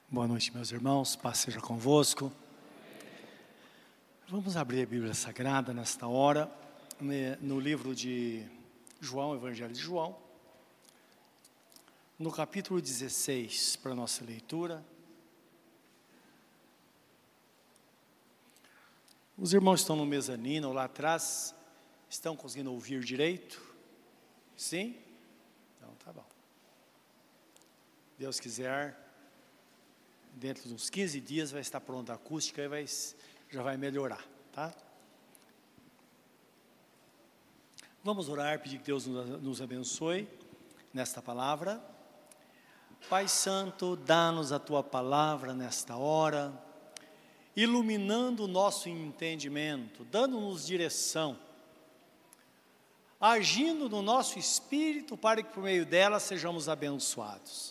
Boa noite, meus irmãos, paz seja convosco. Vamos abrir a Bíblia Sagrada nesta hora, no livro de João, Evangelho de João, no capítulo 16, para a nossa leitura. Os irmãos estão no mezanino, lá atrás, estão conseguindo ouvir direito? Sim? Então, tá bom. Deus quiser, dentro de uns 15 dias vai estar pronta a acústica e já vai melhorar, tá? Vamos orar, pedir que Deus nos abençoe nesta palavra. Pai Santo, dá-nos a Tua palavra nesta hora, iluminando o nosso entendimento, dando-nos direção, agindo no nosso espírito para que por meio dela sejamos abençoados.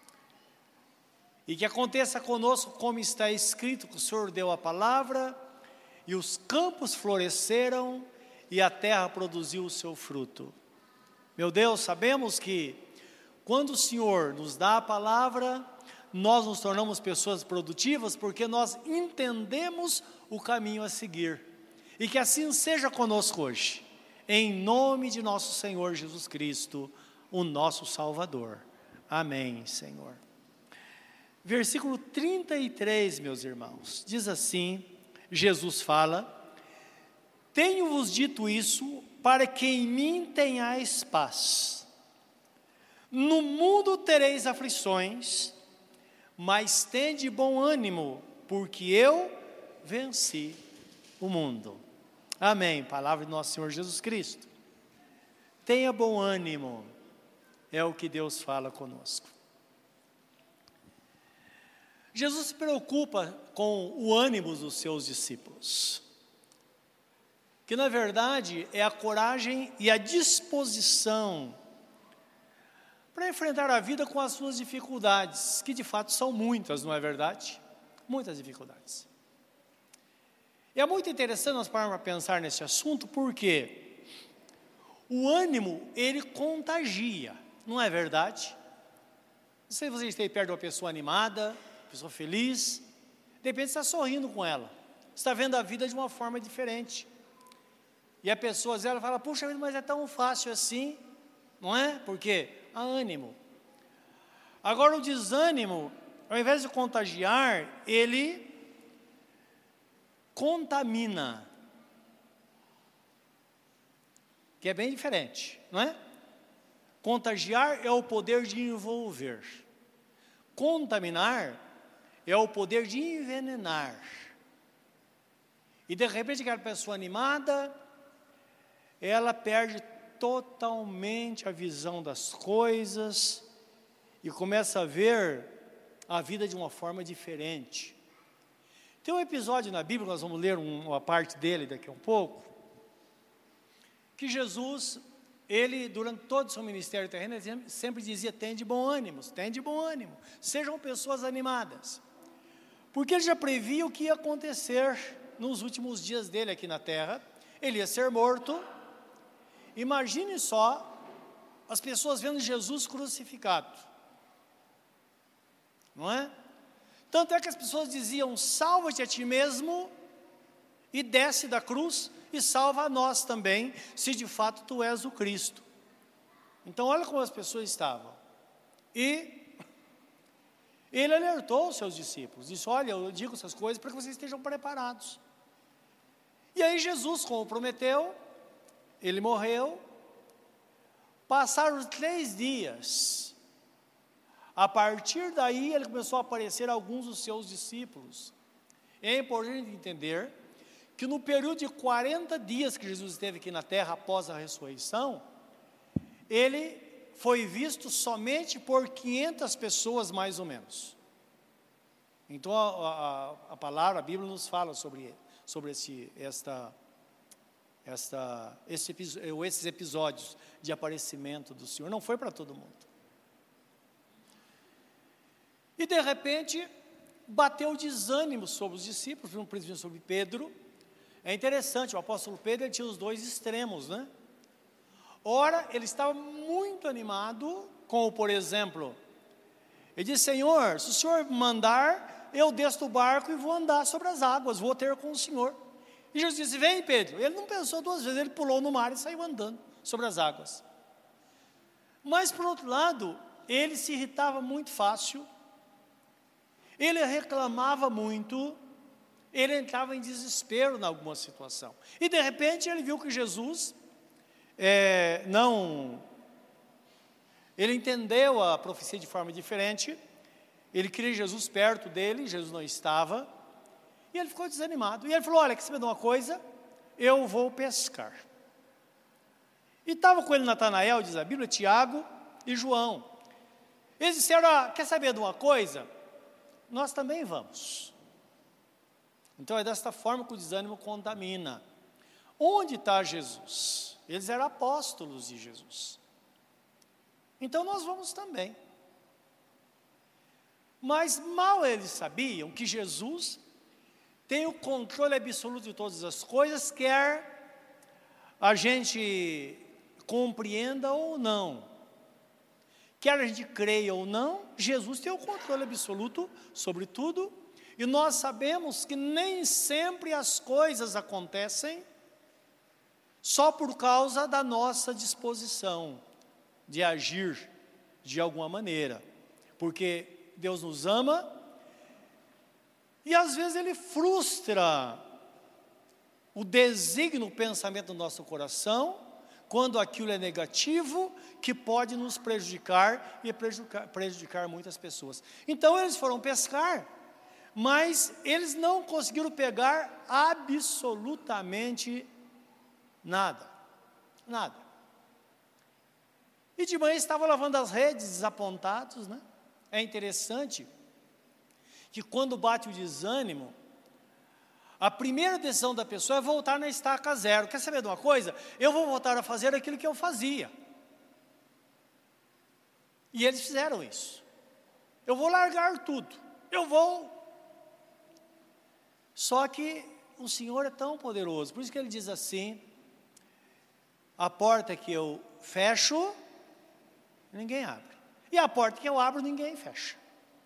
E que aconteça conosco como está escrito, que o Senhor deu a palavra, e os campos floresceram, e a terra produziu o seu fruto. Meu Deus, sabemos que quando o Senhor nos dá a palavra, nós nos tornamos pessoas produtivas, porque nós entendemos o caminho a seguir. E que assim seja conosco hoje, em nome de nosso Senhor Jesus Cristo, o nosso Salvador. Amém, Senhor. Versículo 33, meus irmãos, diz assim, Jesus fala: tenho-vos dito isso para que em mim tenhais paz. No mundo tereis aflições, mas tende bom ânimo, porque eu venci o mundo. Amém, palavra de nosso Senhor Jesus Cristo. Tenha bom ânimo, é o que Deus fala conosco. Jesus se preocupa com o ânimo dos seus discípulos, que na verdade é a coragem e a disposição para enfrentar a vida com as suas dificuldades, que de fato são muitas, não é verdade? Muitas dificuldades. E é muito interessante nós pararmos para pensar nesse assunto, porque o ânimo, ele contagia, não é verdade? Não sei se você esteve perto de uma pessoa animada, pessoa feliz, de repente você está sorrindo com ela, você está vendo a vida de uma forma diferente, e a pessoa ela fala, puxa vida, mas é tão fácil assim, não é? Porque há ânimo. Agora o desânimo, ao invés de contagiar, ele contamina, que é bem diferente, não é? Contagiar é o poder de envolver, contaminar é o poder de envenenar. E de repente aquela pessoa animada, ela perde totalmente a visão das coisas e começa a ver a vida de uma forma diferente. Tem um episódio na Bíblia, nós vamos ler uma parte dele daqui a um pouco, que Jesus, ele durante todo o seu ministério terreno, ele sempre dizia, tende bom ânimo, sejam pessoas animadas. Porque ele já previa o que ia acontecer nos últimos dias dele aqui na terra. Ele ia ser morto. Imagine só as pessoas vendo Jesus crucificado, não é? Tanto é que as pessoas diziam, salva-te a ti mesmo e desce da cruz e salva a nós também, se de fato tu és o Cristo. Então olha como as pessoas estavam. E ele alertou os seus discípulos, disse, olha, eu digo essas coisas para que vocês estejam preparados. E aí Jesus, como prometeu, ele morreu, passaram 3 dias, a partir daí ele começou a aparecer a alguns dos seus discípulos. É importante entender que no período de 40 dias que Jesus esteve aqui na terra após a ressurreição, ele foi visto somente por 500 pessoas mais ou menos. Então a palavra, a Bíblia nos fala sobre esses episódios de aparecimento do Senhor. Não foi para todo mundo. E de repente bateu o desânimo sobre os discípulos, principalmente sobre Pedro. É interessante, o apóstolo Pedro ele tinha os dois extremos, né? Ora, ele estava muito animado, como por exemplo, Ele disse: Senhor, se o Senhor mandar, eu desço do barco e vou andar sobre as águas, vou ter com o Senhor. E Jesus disse: vem, Pedro. Ele não pensou duas vezes, ele pulou no mar e saiu andando sobre as águas. Mas, por outro lado, ele se irritava muito fácil, ele reclamava muito, ele entrava em desespero em alguma situação. E, de repente, ele viu que Jesus ele entendeu a profecia de forma diferente, ele queria Jesus perto dele, Jesus não estava, e ele ficou desanimado. E ele falou: olha, quer saber de uma coisa? Eu vou pescar. E estava com ele Natanael, diz a Bíblia, Tiago e João. Eles disseram: quer saber de uma coisa? Nós também vamos. Então é desta forma que o desânimo contamina. Onde está Jesus? Eles eram apóstolos de Jesus. Então nós vamos também. Mas mal eles sabiam que Jesus tem o controle absoluto de todas as coisas, quer a gente compreenda ou não, quer a gente creia ou não, Jesus tem o controle absoluto sobre tudo, e nós sabemos que nem sempre as coisas acontecem só por causa da nossa disposição de agir de alguma maneira, porque Deus nos ama, e às vezes Ele frustra o desígnio, o pensamento do nosso coração, quando aquilo é negativo, que pode nos prejudicar e prejudicar muitas pessoas. Então eles foram pescar, mas eles não conseguiram pegar absolutamente nada. E de manhã estavam lavando as redes, desapontados, né? É interessante que quando bate o desânimo, a primeira decisão da pessoa é voltar na estaca zero. Quer saber de uma coisa? Eu vou voltar a fazer aquilo que eu fazia. E eles fizeram isso. Eu vou largar tudo. Só que o Senhor é tão poderoso. Por isso que Ele diz assim: a porta que eu fecho, ninguém abre. E a porta que eu abro, ninguém fecha.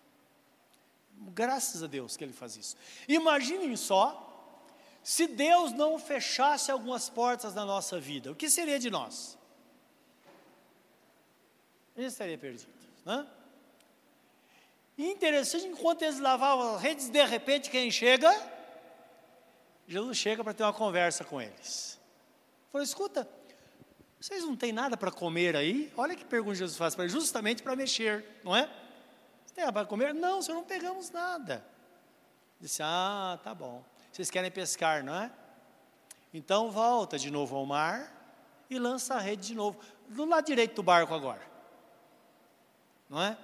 Graças a Deus que Ele faz isso. Imaginem só, se Deus não fechasse algumas portas na nossa vida, o que seria de nós? A gente estaria perdido, né? E interessante, enquanto eles lavavam as redes, de repente quem chega? Jesus chega para ter uma conversa com eles. Falou: escuta, vocês não têm nada para comer aí? Olha que pergunta Jesus faz para eles, justamente para mexer, não é? Você tem nada para comer? Não, senhor, não pegamos nada. Disse: ah, tá bom. Vocês querem pescar, não é? Então volta de novo ao mar e lança a rede de novo, do lado direito do barco agora. Não é?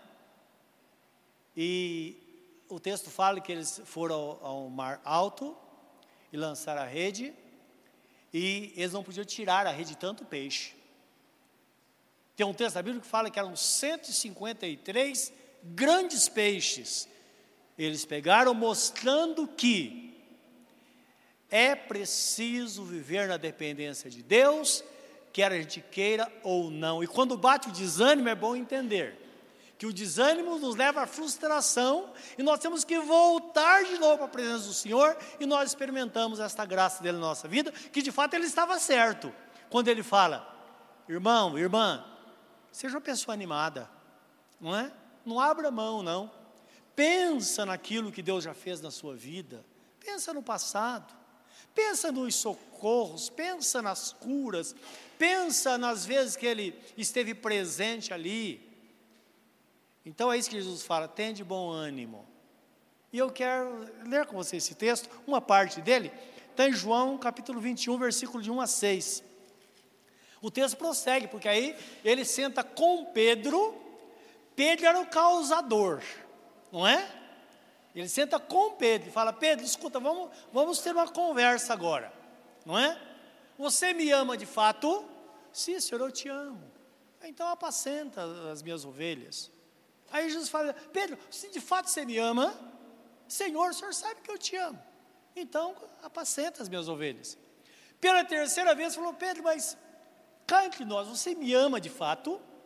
E o texto fala que eles foram ao mar alto e lançaram a rede, e eles não podiam tirar a rede de tanto peixe. Tem um texto da Bíblia que fala que eram 153 grandes peixes. Eles pegaram, mostrando que é preciso viver na dependência de Deus, quer a gente queira ou não. E quando bate o desânimo, é bom entender que o desânimo nos leva à frustração, e nós temos que voltar de novo para a presença do Senhor, e nós experimentamos esta graça dele na nossa vida, que de fato ele estava certo, quando ele fala: irmão, irmã, seja uma pessoa animada, não é? Não abra mão, não. Pensa naquilo que Deus já fez na sua vida, pensa no passado, pensa nos socorros, pensa nas curas, pensa nas vezes que Ele esteve presente ali. Então é isso que Jesus fala: tem de bom ânimo. E eu quero ler com você esse texto, uma parte dele, está em João capítulo 21, versículo de 1 a 6. O texto prossegue, porque aí ele senta com Pedro. Pedro era o causador, não é? Ele senta com Pedro e fala: Pedro, escuta, vamos ter uma conversa agora, não é? Você me ama de fato? Sim, Senhor, eu te amo. Então apacenta as minhas ovelhas. Aí Jesus fala: Pedro, se de fato você me ama, Senhor, o Senhor sabe que eu te amo. Então apacenta as minhas ovelhas. Pela terceira vez falou: Pedro, mas cá entre nós, você me ama de fato?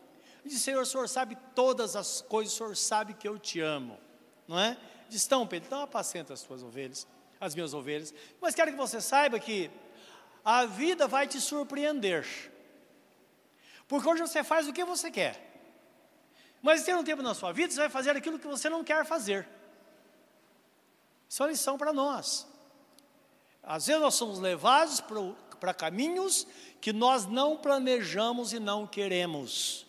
E disse: Senhor, o Senhor sabe todas as coisas, o Senhor sabe que eu te amo, não é? Diz: então, Pedro, então apacenta as tuas ovelhas, as minhas ovelhas, mas quero que você saiba que a vida vai te surpreender, porque hoje você faz o que você quer, mas tem um tempo na sua vida, você vai fazer aquilo que você não quer fazer. Isso é uma lição para nós. Às vezes nós somos levados para caminhos que nós não planejamos e não queremos.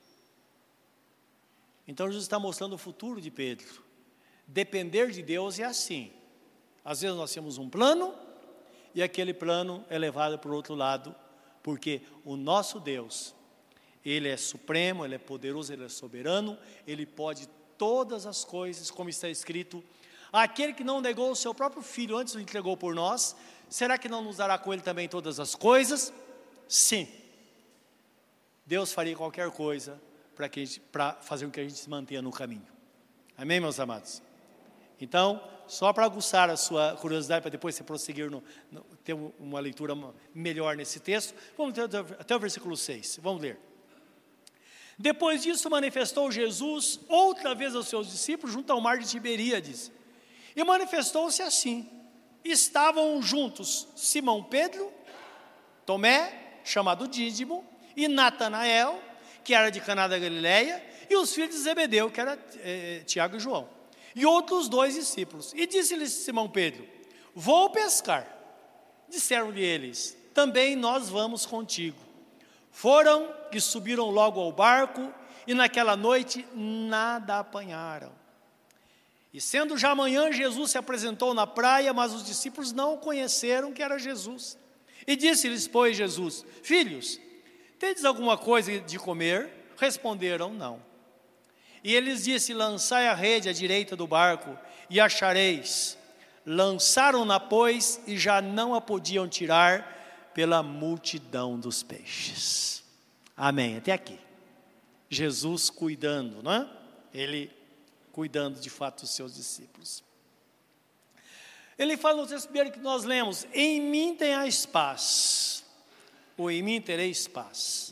Então Jesus está mostrando o futuro de Pedro. Depender de Deus é assim. Às vezes nós temos um plano e aquele plano é levado para o outro lado, porque o nosso Deus, Ele é supremo, Ele é poderoso, Ele é soberano, Ele pode todas as coisas, como está escrito: aquele que não negou o seu próprio filho, antes o entregou por nós, será que não nos dará com Ele também todas as coisas? Sim. Deus faria qualquer coisa para fazer com que a gente se mantenha no caminho. Amém, meus amados? Então, só para aguçar a sua curiosidade, para depois você prosseguir, ter uma leitura melhor nesse texto, vamos até o versículo 6, vamos ler. Depois disso, manifestou Jesus outra vez aos seus discípulos junto ao mar de Tiberíades, e manifestou-se assim: estavam juntos Simão Pedro, Tomé, chamado Dídimo, e Natanael, que era de Caná da Galileia, e os filhos de Zebedeu, que era Tiago e João, e outros 2 discípulos. E disse-lhes Simão Pedro: vou pescar. Disseram-lhe eles: também nós vamos contigo. Foram e subiram logo ao barco, e naquela noite nada apanharam. E sendo já manhã, Jesus se apresentou na praia, mas os discípulos não conheceram que era Jesus. E disse-lhes, pois, Jesus: filhos, tendes alguma coisa de comer? Responderam: não. E ele lhes disse: lançai a rede à direita do barco, e achareis. Lançaram-na, pois, e já não a podiam tirar pela multidão dos peixes. Amém, até aqui. Jesus cuidando, não é? Ele cuidando de fato dos seus discípulos. Ele fala no texto primeiro que nós lemos: em mim tenhais paz, ou em mim tereis paz.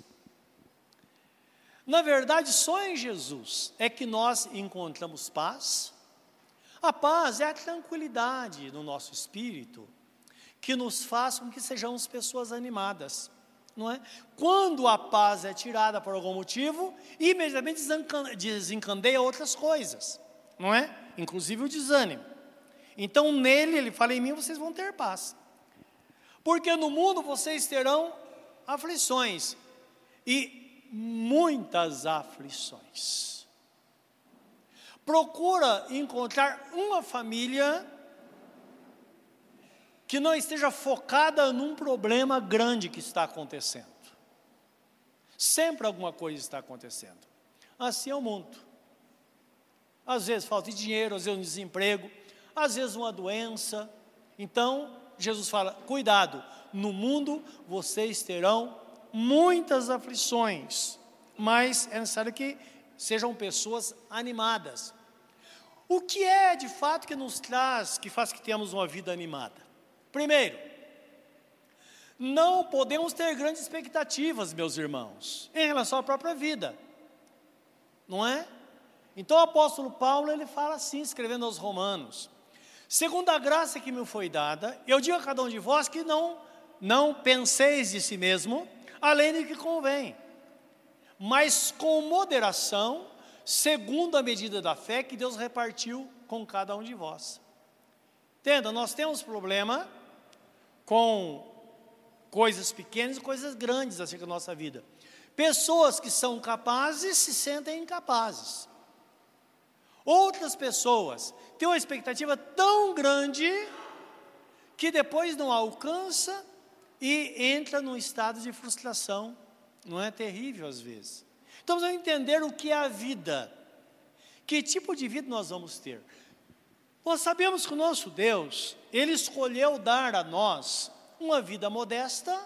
Na verdade, só em Jesus é que nós encontramos paz. A paz é a tranquilidade no nosso espírito, que nos faz com que sejamos pessoas animadas, não é? Quando a paz é tirada por algum motivo, imediatamente desencandeia outras coisas, não é? Inclusive o desânimo. Então nele, ele fala: em mim vocês vão ter paz, porque no mundo vocês terão aflições, e muitas aflições. Procura encontrar uma família que não esteja focada num problema grande que está acontecendo. Sempre alguma coisa está acontecendo. Assim é o mundo. Às vezes falta de dinheiro, às vezes um desemprego, às vezes uma doença. Então, Jesus fala: cuidado, no mundo vocês terão muitas aflições, mas é necessário que sejam pessoas animadas. O que é de fato que nos traz, que faz que tenhamos uma vida animada? Primeiro, não podemos ter grandes expectativas, meus irmãos, em relação à própria vida, não é? Então o apóstolo Paulo, ele fala assim, escrevendo aos Romanos: segundo a graça que me foi dada, eu digo a cada um de vós que não penseis de si mesmo além do que convém, mas com moderação, segundo a medida da fé que Deus repartiu com cada um de vós. Entenda, nós temos problema com coisas pequenas e coisas grandes acerca da nossa vida. Pessoas que são capazes se sentem incapazes. Outras pessoas têm uma expectativa tão grande que depois não alcança e entra num estado de frustração. Não é terrível às vezes? Então vamos entender o que é a vida. Que tipo de vida nós vamos ter? Nós sabemos que o nosso Deus, Ele escolheu dar a nós uma vida modesta,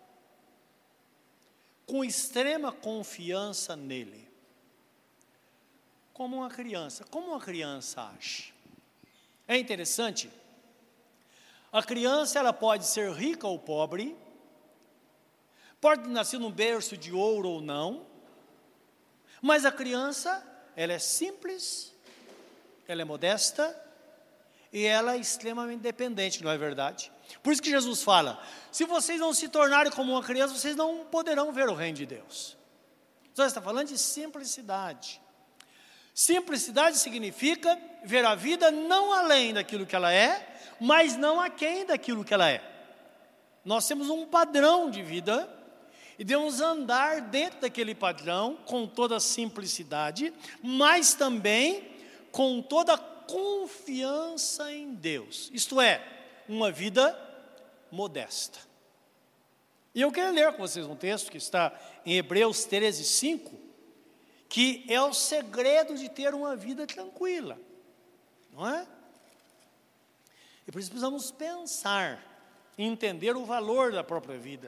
com extrema confiança nele. Como uma criança age. É interessante, a criança ela pode ser rica ou pobre, pode nascer num berço de ouro ou não, Mas a criança, ela é simples, ela é modesta e ela é extremamente dependente, não é verdade? Por isso que Jesus fala, se vocês não se tornarem como uma criança, vocês não poderão ver o reino de Deus. Então, está falando de simplicidade. Simplicidade significa ver a vida não além daquilo que ela é, mas não aquém daquilo que ela é. Nós temos um padrão de vida e devemos andar dentro daquele padrão com toda simplicidade, mas também com toda confiança em Deus. Isto é, uma vida modesta. E eu quero ler com vocês um texto que está em Hebreus 13:5, que é o segredo de ter uma vida tranquila, não é? E por isso precisamos pensar e entender o valor da própria vida.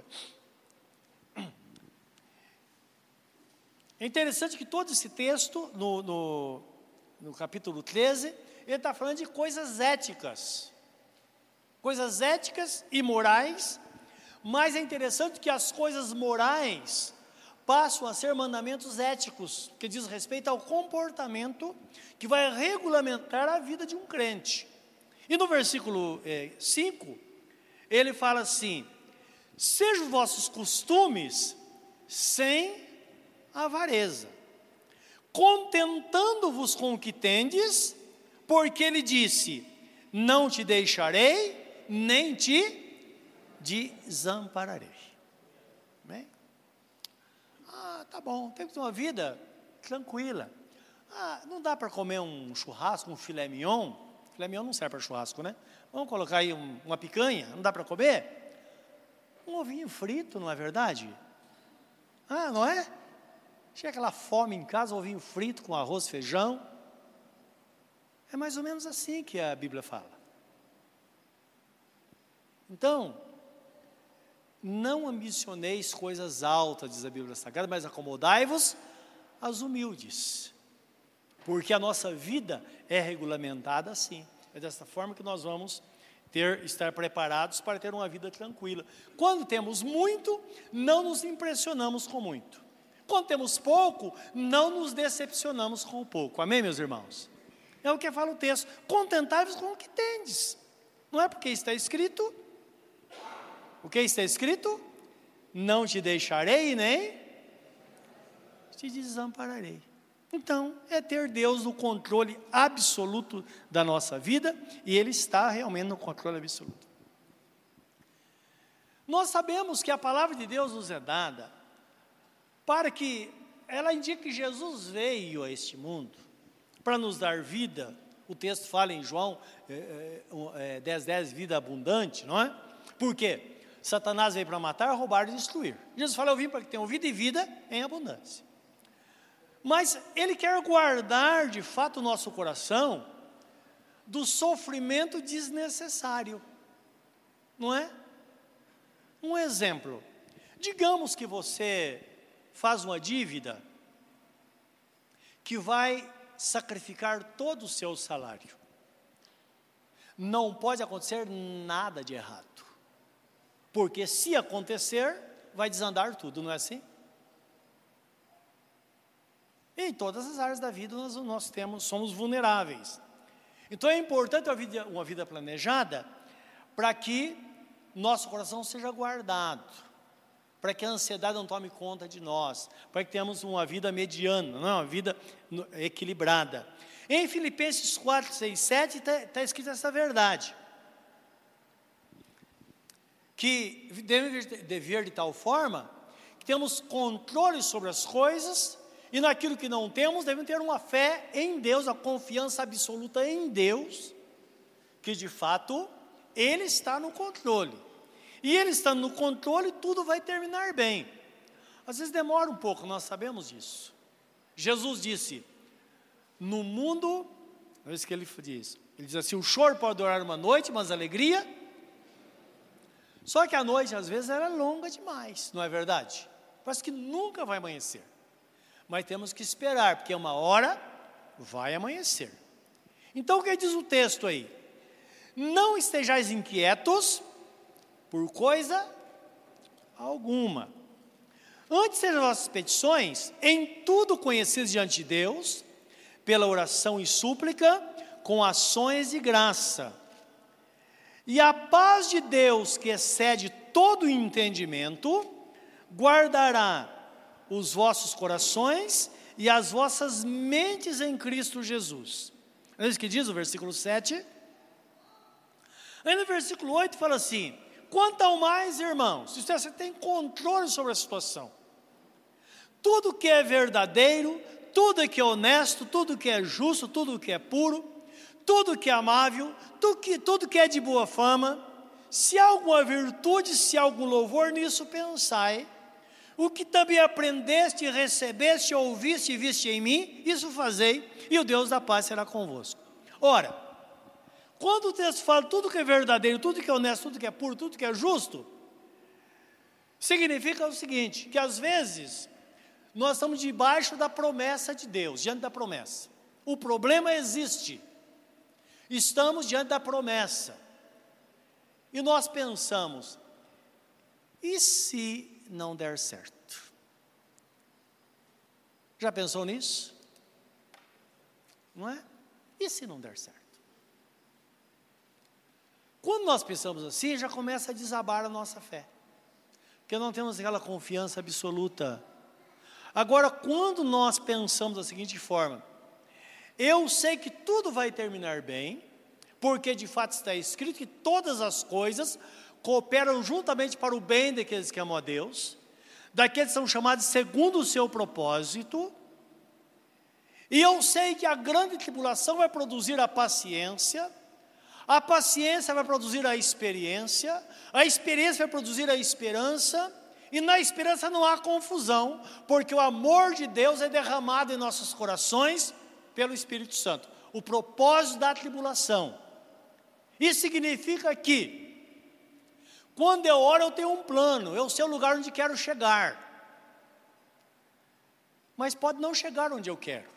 É interessante que todo esse texto, no capítulo 13, ele está falando de coisas éticas e morais, mas é interessante que as coisas morais passam a ser mandamentos éticos, que diz respeito ao comportamento que vai regulamentar a vida de um crente. E no versículo 5, ele fala assim: sejam os vossos costumes sem avareza, contentando-vos com o que tendes, porque ele disse, não te deixarei, nem te desampararei. Bem? Tá bom, tem que ter uma vida tranquila. Não dá para comer um churrasco, um filé mignon. Filé mignon não serve para churrasco, né? Vamos colocar aí uma picanha, não dá para comer? Um ovinho frito, não é verdade? Não é? Chega aquela fome em casa, ovinho frito com arroz, feijão. É mais ou menos assim que a Bíblia fala. Então, não ambicioneis coisas altas, diz a Bíblia Sagrada, mas acomodai-vos aos humildes. Porque a nossa vida é regulamentada assim. É dessa forma que nós vamos estar preparados para ter uma vida tranquila. Quando temos muito, não nos impressionamos com muito. Quando temos pouco, não nos decepcionamos com o pouco. Amém, meus irmãos? É o que fala o texto. Contentai-vos com o que tendes. Não é porque está escrito. O que está escrito? Não te deixarei nem te desampararei. Então, é ter Deus no controle absoluto da nossa vida, e Ele está realmente no controle absoluto. Nós sabemos que a palavra de Deus nos é dada para que ela indique que Jesus veio a este mundo para nos dar vida. O texto fala em João 10:10, vida abundante, não é? Por quê? Satanás veio para matar, roubar e destruir. Jesus fala, eu vim para que tenham vida e vida em abundância. Mas Ele quer guardar, de fato, o nosso coração do sofrimento desnecessário, não é? Um exemplo, digamos que você faz uma dívida que vai sacrificar todo o seu salário. Não pode acontecer nada de errado, porque se acontecer, vai desandar tudo, não é assim? Em todas as áreas da vida nós somos vulneráveis. Então é importante uma vida planejada para que nosso coração seja guardado, para que a ansiedade não tome conta de nós, para que tenhamos uma vida mediana, não é? Uma vida equilibrada. Em Filipenses 4, 6, 7 está escrita essa verdade, que devemos viver de tal forma que temos controle sobre as coisas. E naquilo que não temos, devemos ter uma fé em Deus, a confiança absoluta em Deus, que de fato, Ele está no controle. E Ele estando no controle, tudo vai terminar bem. Às vezes demora um pouco, nós sabemos disso. Jesus disse, no mundo, não é isso que Ele diz. Ele diz assim, o choro pode durar uma noite, mas a alegria... Só que a noite, às vezes, ela é longa demais, não é verdade? Parece que nunca vai amanhecer. Mas temos que esperar, porque uma hora vai amanhecer. Então, o que diz o texto aí? Não estejais inquietos por coisa alguma, Antes sejam as vossas petições, em tudo conhecidas diante de Deus, pela oração e súplica, com ações de graça. E a paz de Deus, que excede todo o entendimento, guardará os vossos corações e as vossas mentes em Cristo Jesus. É isso que diz o versículo 7. Aí no versículo 8 fala assim: quanto ao mais, irmãos, isto é, você tem controle sobre a situação. Tudo que é verdadeiro, tudo que é honesto, tudo que é justo, tudo que é puro, tudo que é amável, tudo que é de boa fama, se há alguma virtude, se há algum louvor, nisso pensai. O que também aprendeste, recebeste, ouviste e viste em mim, isso fazei, e o Deus da paz será convosco. Ora, quando o texto fala tudo que é verdadeiro, tudo que é honesto, tudo que é puro, tudo que é justo, significa o seguinte, que às vezes nós estamos debaixo da promessa de Deus, diante da promessa. O problema existe, estamos diante da promessa, e nós pensamos, e se não der certo? Já pensou nisso? Não é? E se não der certo? Quando nós pensamos assim, já começa a desabar a nossa fé, porque não temos aquela confiança absoluta. Agora, quando nós pensamos da seguinte forma: eu sei que tudo vai terminar bem, porque de fato está escrito que todas as coisas cooperam juntamente para o bem daqueles que amam a Deus, daqueles que são chamados segundo o seu propósito, e eu sei que a grande tribulação vai produzir a paciência vai produzir a experiência vai produzir a esperança, e na esperança não há confusão, porque o amor de Deus é derramado em nossos corações pelo Espírito Santo. O propósito da tribulação, isso significa que quando eu oro eu tenho um plano, eu sei o lugar onde quero chegar, mas pode não chegar onde eu quero.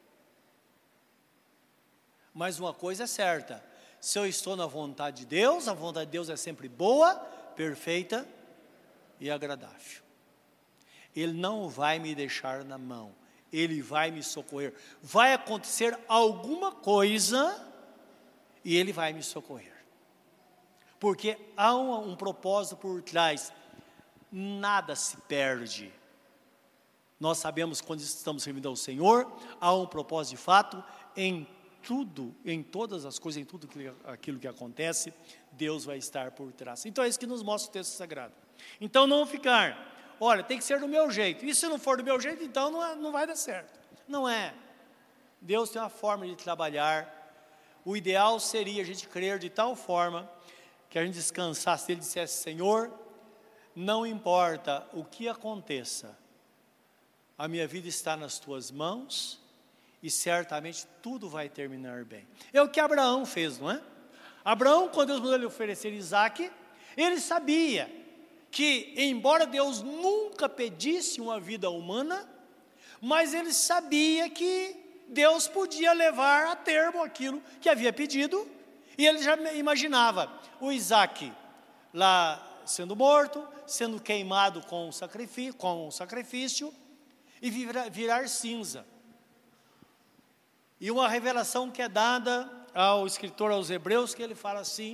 Mas uma coisa é certa: se eu estou na vontade de Deus, a vontade de Deus é sempre boa, perfeita e agradável. Ele não vai me deixar na mão, Ele vai me socorrer. Vai acontecer alguma coisa e Ele vai me socorrer, porque há um propósito por trás. Nada se perde. Nós sabemos, quando estamos servindo ao Senhor, há um propósito de fato em tudo, em todas as coisas, em tudo aquilo que acontece, Deus vai estar por trás. Então é isso que nos mostra o texto sagrado. Então não ficar, olha, tem que ser do meu jeito, e se não for do meu jeito, então não vai dar certo. Não é. Deus tem uma forma de trabalhar. O ideal seria a gente crer de tal forma que a gente descansasse dele e dissesse: Senhor, não importa o que aconteça, a minha vida está nas tuas mãos, e certamente tudo vai terminar bem. É o que Abraão fez, não é? Abraão, quando Deus mandou ele oferecer Isaque, ele sabia que, embora Deus nunca pedisse uma vida humana, mas ele sabia que Deus podia levar a termo aquilo que havia pedido, e ele já imaginava o Isaque lá sendo morto, sendo queimado com o sacrifício e virar cinza. E uma revelação que é dada ao escritor aos Hebreus, que ele fala assim,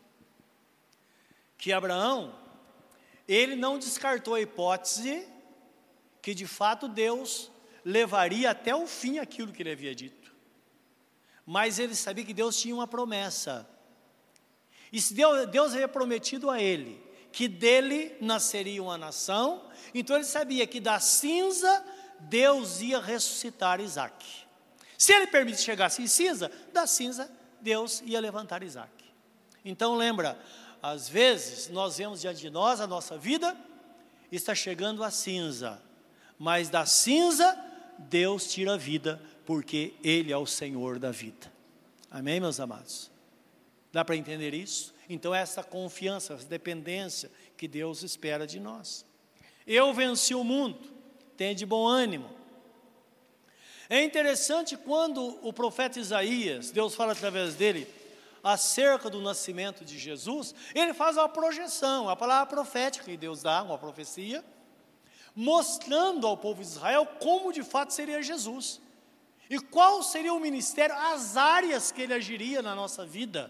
que Abraão, ele não descartou a hipótese que de fato Deus levaria até o fim aquilo que ele havia dito, mas ele sabia que Deus tinha uma promessa, e se Deus havia prometido a ele que dele nasceria uma nação, então ele sabia que da cinza Deus ia ressuscitar Isaque. Se ele permite chegasse em cinza, da cinza Deus ia levantar Isaque. Então lembra, às vezes nós vemos diante de nós a nossa vida está chegando a cinza, mas da cinza Deus tira a vida, porque Ele é o Senhor da vida. Amém, meus amados? Dá para entender isso? Então essa confiança, essa dependência que Deus espera de nós. Eu venci o mundo, tenha de bom ânimo. É interessante quando o profeta Isaías, Deus fala através dele, acerca do nascimento de Jesus, ele faz uma projeção, a palavra profética que Deus dá, uma profecia, mostrando ao povo de Israel como de fato seria Jesus. E qual seria o ministério, as áreas que ele agiria na nossa vida.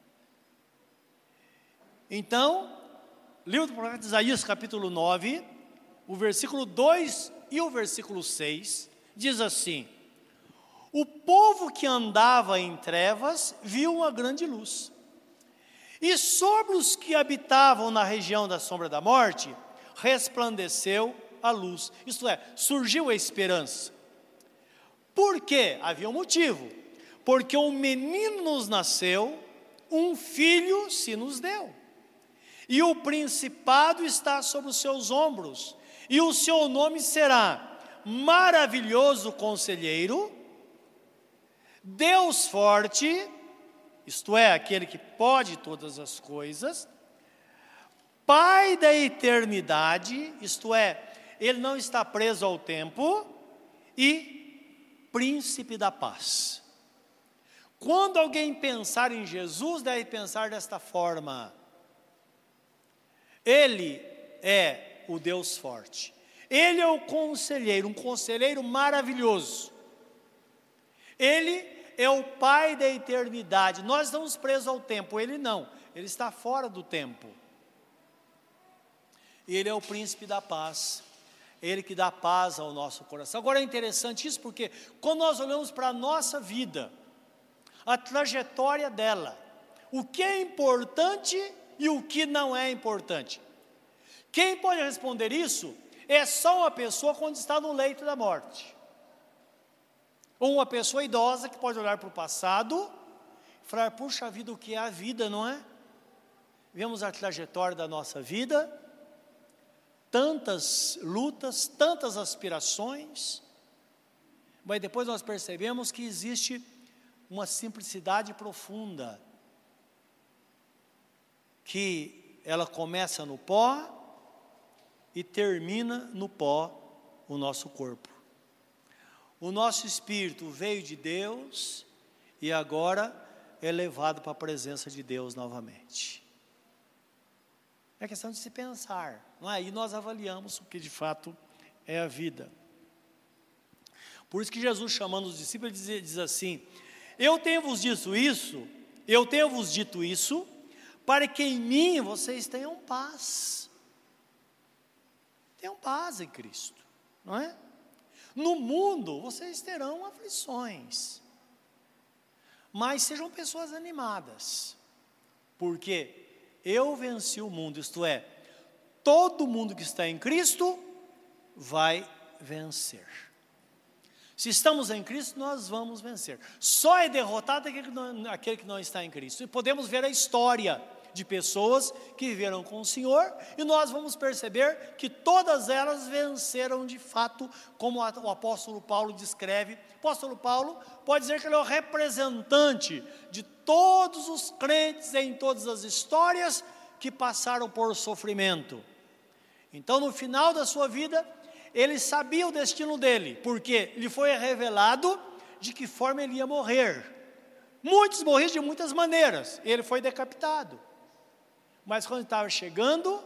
Então, livro do profeta Isaías, capítulo 9, o versículo 2 e o versículo 6, diz assim: o povo que andava em trevas viu uma grande luz, e sobre os que habitavam na região da sombra da morte, resplandeceu a luz. Isto é, surgiu a esperança. Por quê? Havia um motivo. Porque um menino nos nasceu, um filho se nos deu. E o principado está sobre os seus ombros. E o seu nome será Maravilhoso Conselheiro, Deus Forte, isto é, aquele que pode todas as coisas, Pai da eternidade, isto é, ele não está preso ao tempo, e Príncipe da paz. Quando alguém pensar em Jesus, deve pensar desta forma: ele é o Deus forte, ele é o conselheiro, um conselheiro maravilhoso, ele é o Pai da eternidade. Nós estamos presos ao tempo, ele não, ele está fora do tempo. Ele é o príncipe da paz, ele que dá paz ao nosso coração. Agora é interessante isso, porque quando nós olhamos para a nossa vida, a trajetória dela, o que é importante e o que não é importante. Quem pode responder isso é só uma pessoa quando está no leito da morte. Ou uma pessoa idosa que pode olhar para o passado e falar: puxa vida, o que é a vida, não é? Vemos a trajetória da nossa vida, tantas lutas, tantas aspirações, mas depois nós percebemos que existe uma simplicidade profunda, que ela começa no pó e termina no pó o nosso corpo. O nosso espírito veio de Deus e agora é levado para a presença de Deus novamente. É questão de se pensar, não é? E nós avaliamos o que de fato é a vida. Por isso que Jesus, chamando os discípulos, diz assim: eu tenho vos dito isso, para que em mim vocês tenham paz. Tenham paz em Cristo, não é? No mundo vocês terão aflições, mas sejam pessoas animadas, porque eu venci o mundo, isto é, todo mundo que está em Cristo vai vencer. Se estamos em Cristo, nós vamos vencer. Só é derrotado aquele que não está em Cristo. E podemos ver a história de pessoas que viveram com o Senhor, e nós vamos perceber que todas elas venceram de fato, como o apóstolo Paulo descreve. O apóstolo Paulo pode dizer que ele é o representante de todos os crentes em todas as histórias que passaram por sofrimento. Então, no final da sua vida, ele sabia o destino dele, porque lhe foi revelado de que forma ele ia morrer. Muitos morriam de muitas maneiras, ele foi decapitado. Mas quando estava chegando,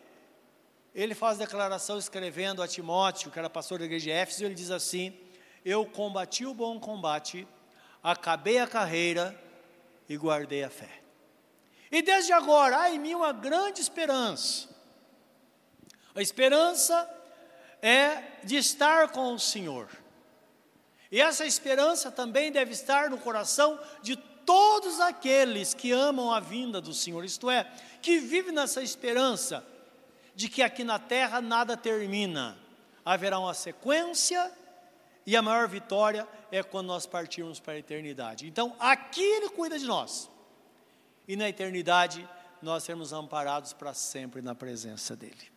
ele faz declaração escrevendo a Timóteo, que era pastor da igreja de Éfeso, ele diz assim: eu combati o bom combate, acabei a carreira e guardei a fé. E desde agora há em mim uma grande esperança. A esperança é de estar com o Senhor. E essa esperança também deve estar no coração de todos aqueles que amam a vinda do Senhor, isto é, que vivem nessa esperança de que aqui na terra nada termina, haverá uma sequência, e a maior vitória é quando nós partirmos para a eternidade. Então, aqui Ele cuida de nós, e na eternidade nós seremos amparados para sempre na presença dEle.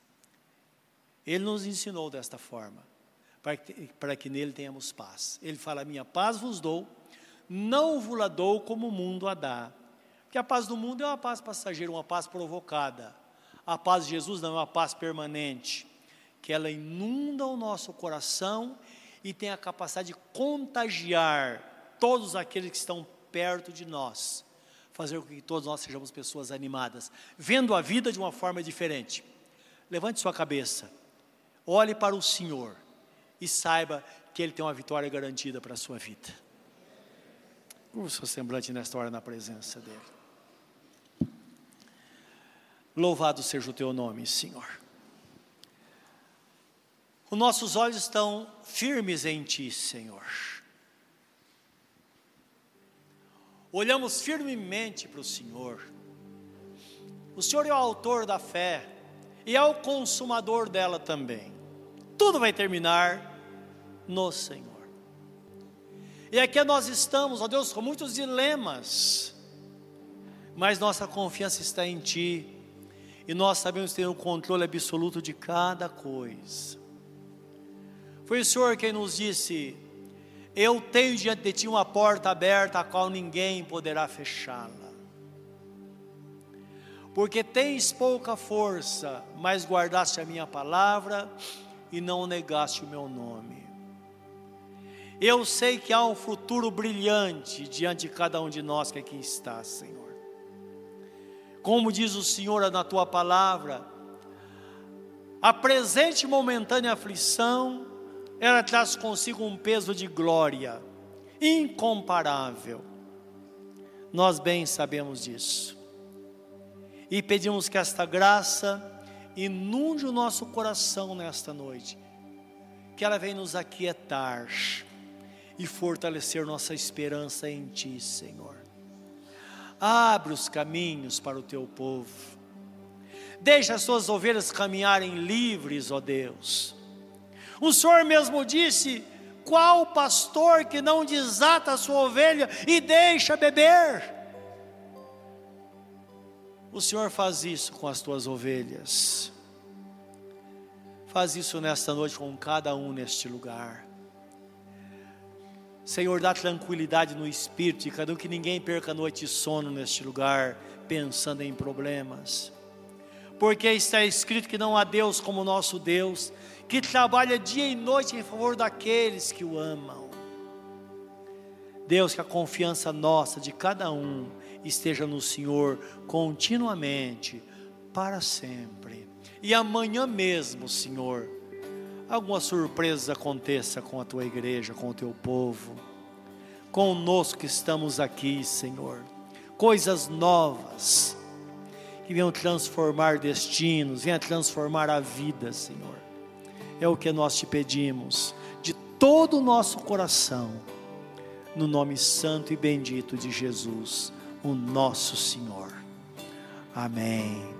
Ele nos ensinou desta forma, para que nele tenhamos paz. Ele fala: minha paz vos dou, não vos la dou como o mundo a dá. Porque a paz do mundo é uma paz passageira, uma paz provocada. A paz de Jesus não é uma paz permanente, que ela inunda o nosso coração e tem a capacidade de contagiar todos aqueles que estão perto de nós, fazer com que todos nós sejamos pessoas animadas, vendo a vida de uma forma diferente. Levante sua cabeça. olhe para o Senhor e saiba que Ele tem uma vitória garantida para a sua vida. Curva o seu semblante nesta hora na presença dEle. Louvado seja o Teu nome, Senhor. Os nossos olhos estão firmes em Ti, Senhor. Olhamos firmemente para o Senhor. O Senhor é o autor da fé e é o consumador dela também. Tudo vai terminar no Senhor. E aqui nós estamos, ó Deus, com muitos dilemas, mas nossa confiança está em Ti, e nós sabemos ter o controle absoluto de cada coisa. Foi o Senhor quem nos disse: eu tenho diante de Ti uma porta aberta, a qual ninguém poderá fechá-la. Porque tens pouca força, mas guardaste a minha palavra, e não negaste o meu nome. Eu sei que há um futuro brilhante diante de cada um de nós que aqui está, Senhor. Como diz o Senhor na Tua palavra, a presente e momentânea aflição, ela traz consigo um peso de glória incomparável. Nós bem sabemos disso. E pedimos que esta graça inunde o nosso coração nesta noite, que ela venha nos aquietar e fortalecer nossa esperança em Ti, Senhor. Abre os caminhos para o Teu povo, deixa as Suas ovelhas caminharem livres, ó Deus. O Senhor mesmo disse: qual pastor que não desata a sua ovelha e deixa beber? O Senhor faz isso com as Tuas ovelhas. Faz isso nesta noite com cada um neste lugar. Senhor, dá tranquilidade no espírito de cada um, que ninguém perca a noite de sono neste lugar, pensando em problemas. Porque está escrito que não há Deus como nosso Deus, que trabalha dia e noite em favor daqueles que o amam. Deus, que a confiança nossa de cada um esteja no Senhor continuamente, para sempre. E amanhã mesmo, Senhor, alguma surpresa aconteça com a Tua igreja, com o Teu povo, conosco que estamos aqui, Senhor. Coisas novas, que venham transformar destinos, venham transformar a vida, Senhor. É o que nós Te pedimos, de todo o nosso coração, no nome santo e bendito de Jesus, o nosso Senhor. Amém.